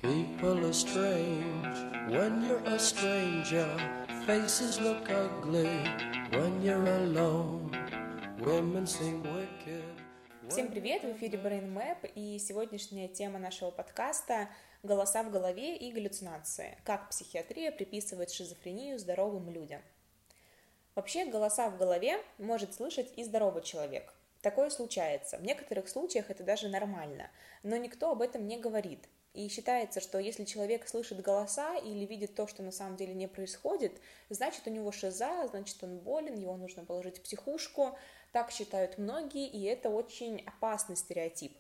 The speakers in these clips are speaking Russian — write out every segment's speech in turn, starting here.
People are strange when you're a stranger. Faces look ugly when you're alone. Women seem wicked. Всем привет! В эфире Brain Map, и сегодняшняя тема нашего подкаста – голоса в голове и галлюцинации. Как психиатрия приписывает шизофрению здоровым людям. Вообще, голоса в голове может слышать и здоровый человек. Такое случается. В некоторых случаях это даже нормально, но никто об этом не говорит. И считается, что если человек слышит голоса или видит то, что на самом деле не происходит, значит, у него шиза, значит, он болен, его нужно положить в психушку. Так считают многие, и это очень опасный стереотип.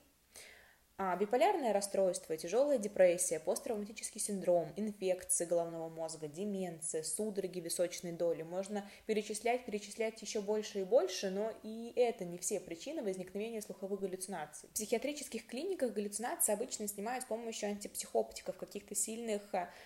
Биполярное расстройство, тяжелая депрессия, посттравматический синдром, инфекции головного мозга, деменция, судороги височной доли. Можно перечислять еще больше и больше, но и это не все причины возникновения слуховых галлюцинаций. В психиатрических клиниках галлюцинации обычно снимают с помощью антипсихоптиков, каких-то сильных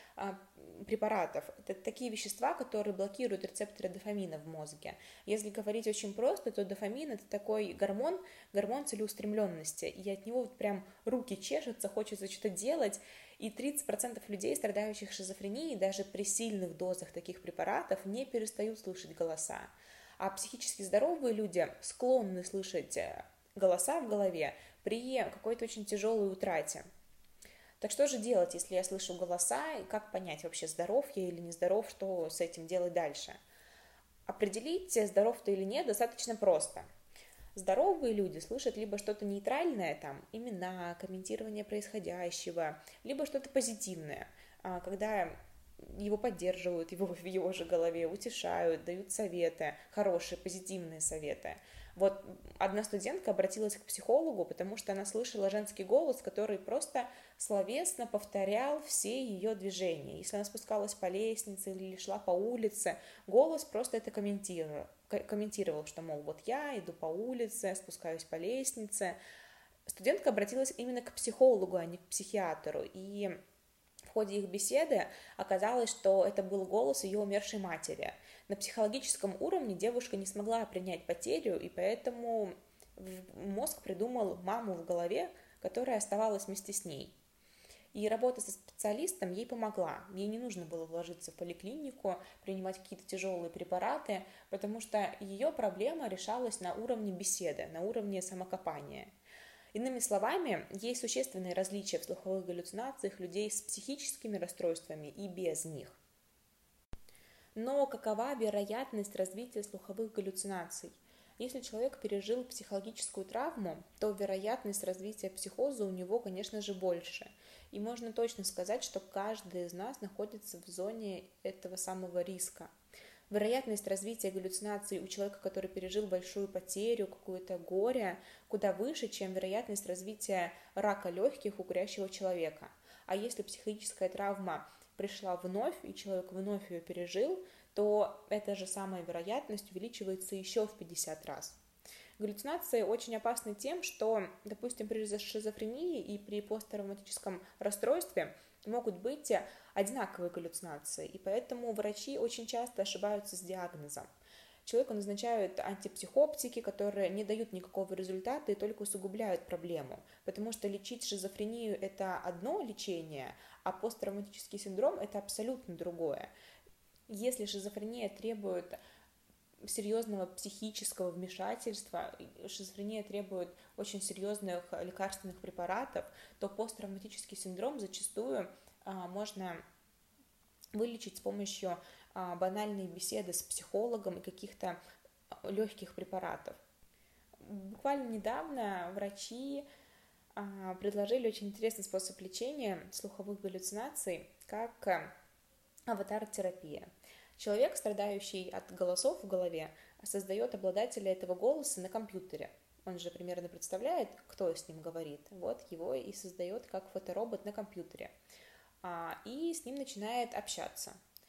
препаратов. Это такие вещества, которые блокируют рецепторы дофамина в мозге. Если говорить очень просто, то дофамин – это такой гормон целеустремленности, и от него прям руки чешутся, хочется что-то делать, и 30% людей, страдающих шизофренией, даже при сильных дозах таких препаратов, не перестают слышать голоса. А психически здоровые люди склонны слышать голоса в голове при какой-то очень тяжелой утрате. Так что же делать, если я слышу голоса, и как понять вообще, здоров я или не здоров, что с этим делать дальше? Определить, здоров ты или нет, достаточно просто. Здоровые люди слышат либо что-то нейтральное, там, имена, комментирование происходящего, либо что-то позитивное, когда его поддерживают, в его же голове, утешают, дают советы, хорошие, позитивные советы. Вот одна студентка обратилась к психологу, потому что она слышала женский голос, который просто словесно повторял все ее движения. Если она спускалась по лестнице или шла по улице, голос просто это комментировал, что, мол, вот я иду по улице, спускаюсь по лестнице. Студентка обратилась именно к психологу, а не к психиатру, и в ходе их беседы оказалось, что это был голос ее умершей матери. На психологическом уровне девушка не смогла принять потерю, и поэтому мозг придумал маму в голове, которая оставалась вместе с ней. И работа со специалистом ей помогла. Ей не нужно было вложиться в поликлинику, принимать какие-то тяжелые препараты, потому что ее проблема решалась на уровне беседы, на уровне самокопания. Иными словами, есть существенные различия в слуховых галлюцинациях людей с психическими расстройствами и без них. Но какова вероятность развития слуховых галлюцинаций? Если человек пережил психологическую травму, то вероятность развития психоза у него, конечно же, больше. И можно точно сказать, что каждый из нас находится в зоне этого самого риска. Вероятность развития галлюцинаций у человека, который пережил большую потерю, какое-то горе, куда выше, чем вероятность развития рака легких у курящего человека. А если психическая травма пришла вновь, и человек вновь ее пережил, то эта же самая вероятность увеличивается еще в 50 раз. Галлюцинации очень опасны тем, что, допустим, при шизофрении и при посттравматическом расстройстве могут быть одинаковые галлюцинации, и поэтому врачи очень часто ошибаются с диагнозом. Человеку назначают антипсихоптики, которые не дают никакого результата и только усугубляют проблему, потому что лечить шизофрению – это одно лечение, а посттравматический синдром – это абсолютно другое. Если шизофрения требует серьезного психического вмешательства, шизофрения требует очень серьезных лекарственных препаратов, то посттравматический синдром зачастую можно вылечить с помощью банальной беседы с психологом и каких-то легких препаратов. Буквально недавно врачи предложили очень интересный способ лечения слуховых галлюцинаций, как аватар-терапия. Человек, страдающий от голосов в голове, создает обладателя этого голоса на компьютере. Он же примерно представляет, кто с ним говорит. Вот его и создает как фоторобот на компьютере. И с ним начинает общаться.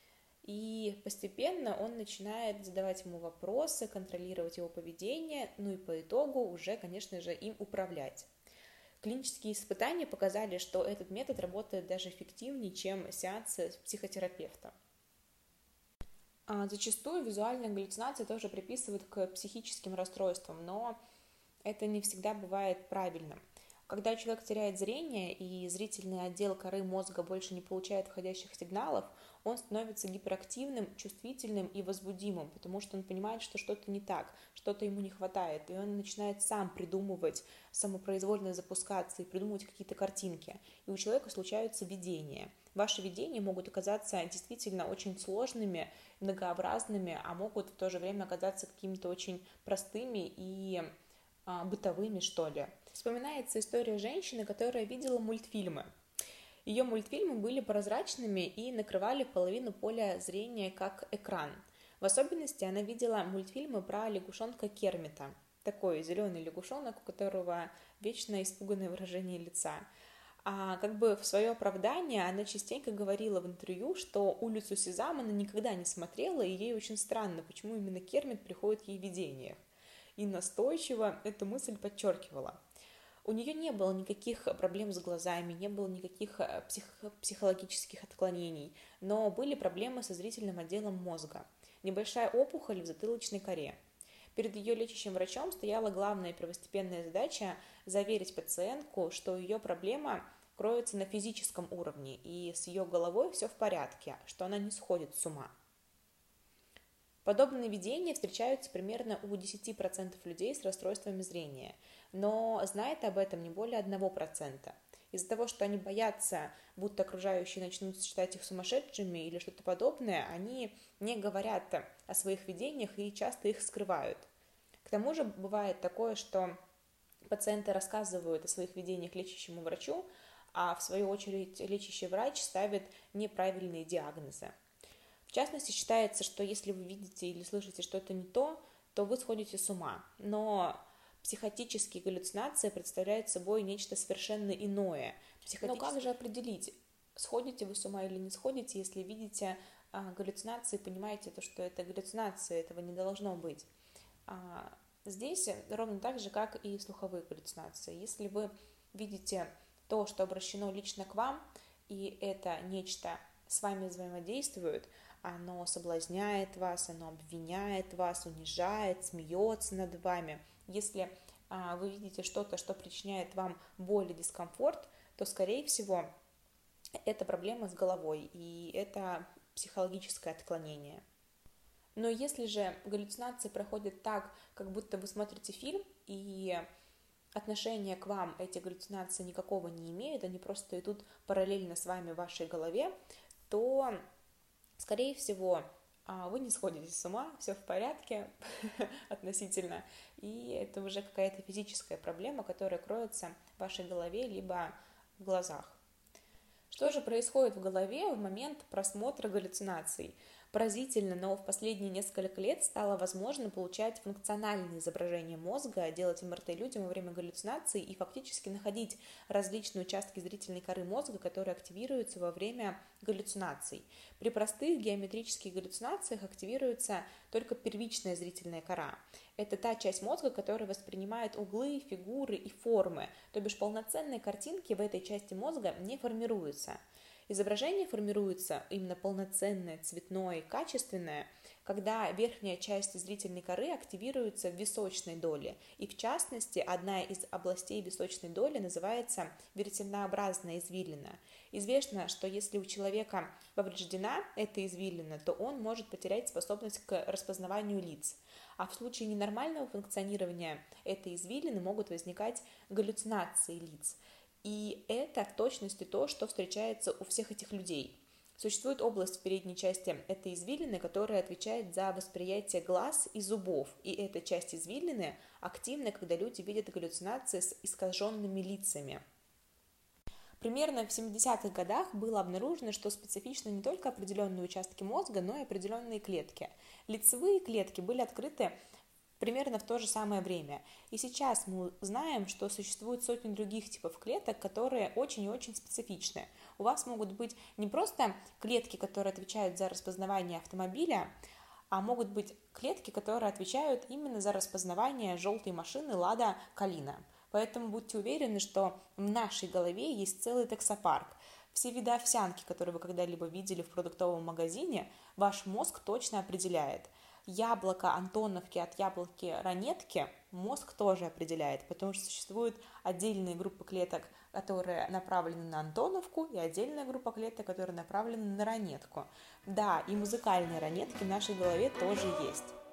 И постепенно он начинает задавать ему вопросы, контролировать его поведение, ну и по итогу уже, конечно же, им управлять. Клинические испытания показали, что этот метод работает даже эффективнее, чем сеансы с психотерапевтом. Зачастую визуальные галлюцинации тоже приписывают к психическим расстройствам, но это не всегда бывает правильным. Когда человек теряет зрение и зрительный отдел коры мозга больше не получает входящих сигналов, он становится гиперактивным, чувствительным и возбудимым, потому что он понимает, что что-то не так, что-то ему не хватает, и он начинает сам придумывать, самопроизвольно запускаться и придумывать какие-то картинки. И у человека случаются видения. Ваши видения могут оказаться действительно очень сложными, многообразными, а могут в то же время оказаться какими-то очень простыми и бытовыми, что ли. Вспоминается история женщины, которая видела мультфильмы. Ее мультфильмы были прозрачными и накрывали половину поля зрения как экран. В особенности она видела мультфильмы про лягушонка Кермита. Такой зеленый лягушонок, у которого вечно испуганное выражение лица. А как бы в свое оправдание она частенько говорила в интервью, что «Улицу Сезам» она никогда не смотрела, и ей очень странно, почему именно Кермит приходит ей в видениях. И настойчиво эту мысль подчеркивала. У нее не было никаких проблем с глазами, не было никаких психологических отклонений, но были проблемы со зрительным отделом мозга, небольшая опухоль в затылочной коре. Перед ее лечащим врачом стояла главная первостепенная задача заверить пациентку, что ее проблема кроется на физическом уровне, и с ее головой все в порядке, что она не сходит с ума. Подобные видения встречаются примерно у 10% людей с расстройствами зрения, но знает об этом не более 1%. Из-за того, что они боятся, будто окружающие начнут считать их сумасшедшими или что-то подобное, они не говорят о своих видениях и часто их скрывают. К тому же бывает такое, что пациенты рассказывают о своих видениях лечащему врачу, а в свою очередь лечащий врач ставит неправильные диагнозы. В частности, считается, что если вы видите или слышите что-то не то, то вы сходите с ума. Но психотические галлюцинации представляют собой нечто совершенно иное. Но как же определить, сходите вы с ума или не сходите, если видите галлюцинации, понимаете, что это галлюцинации, этого не должно быть? Здесь ровно так же, как и слуховые галлюцинации. Если вы видите то, что обращено лично к вам, и это нечто с вами взаимодействует, оно соблазняет вас, оно обвиняет вас, унижает, смеется над вами. Если вы видите что-то, что причиняет вам боль и дискомфорт, то, скорее всего, это проблема с головой, и это психологическое отклонение. Но если же галлюцинации проходят так, как будто вы смотрите фильм, и отношения к вам эти галлюцинации никакого не имеют, они просто идут параллельно с вами в вашей голове, то, скорее всего, вы не сходите с ума, все в порядке относительно, и это уже какая-то физическая проблема, которая кроется в вашей голове либо в глазах. Что же происходит в голове в момент просмотра галлюцинаций? Поразительно, но в последние несколько лет стало возможно получать функциональные изображения мозга, делать МРТ людям во время галлюцинаций и фактически находить различные участки зрительной коры мозга, которые активируются во время галлюцинаций. При простых геометрических галлюцинациях активируется только первичная зрительная кора. Это та часть мозга, которая воспринимает углы, фигуры и формы, то бишь полноценные картинки в этой части мозга не формируются. Изображение формируется именно полноценное, цветное и качественное, когда верхняя часть зрительной коры активируется в височной доле. И в частности, одна из областей височной доли называется веретенообразная извилина. Известно, что если у человека повреждена эта извилина, то он может потерять способность к распознаванию лиц. А в случае ненормального функционирования этой извилины могут возникать галлюцинации лиц. И это в точности то, что встречается у всех этих людей. Существует область в передней части этой извилины, которая отвечает за восприятие глаз и зубов. И эта часть извилины активна, когда люди видят галлюцинации с искаженными лицами. Примерно в 70-х годах было обнаружено, что специфичны не только определенные участки мозга, но и определенные клетки. Лицевые клетки были открыты примерно в то же самое время. И сейчас мы знаем, что существует сотни других типов клеток, которые очень и очень специфичны. У вас могут быть не просто клетки, которые отвечают за распознавание автомобиля, а могут быть клетки, которые отвечают именно за распознавание желтой машины Lada Kalina. Поэтому будьте уверены, что в нашей голове есть целый таксопарк. Все виды овсянки, которые вы когда-либо видели в продуктовом магазине, ваш мозг точно определяет. яблоко Антоновки от яблоки ранетки мозг тоже определяет, потому что существуют отдельные группы клеток, которые направлены на Антоновку, и отдельная группа клеток, которые направлены на ранетку. Да, и музыкальные ранетки в нашей голове тоже есть.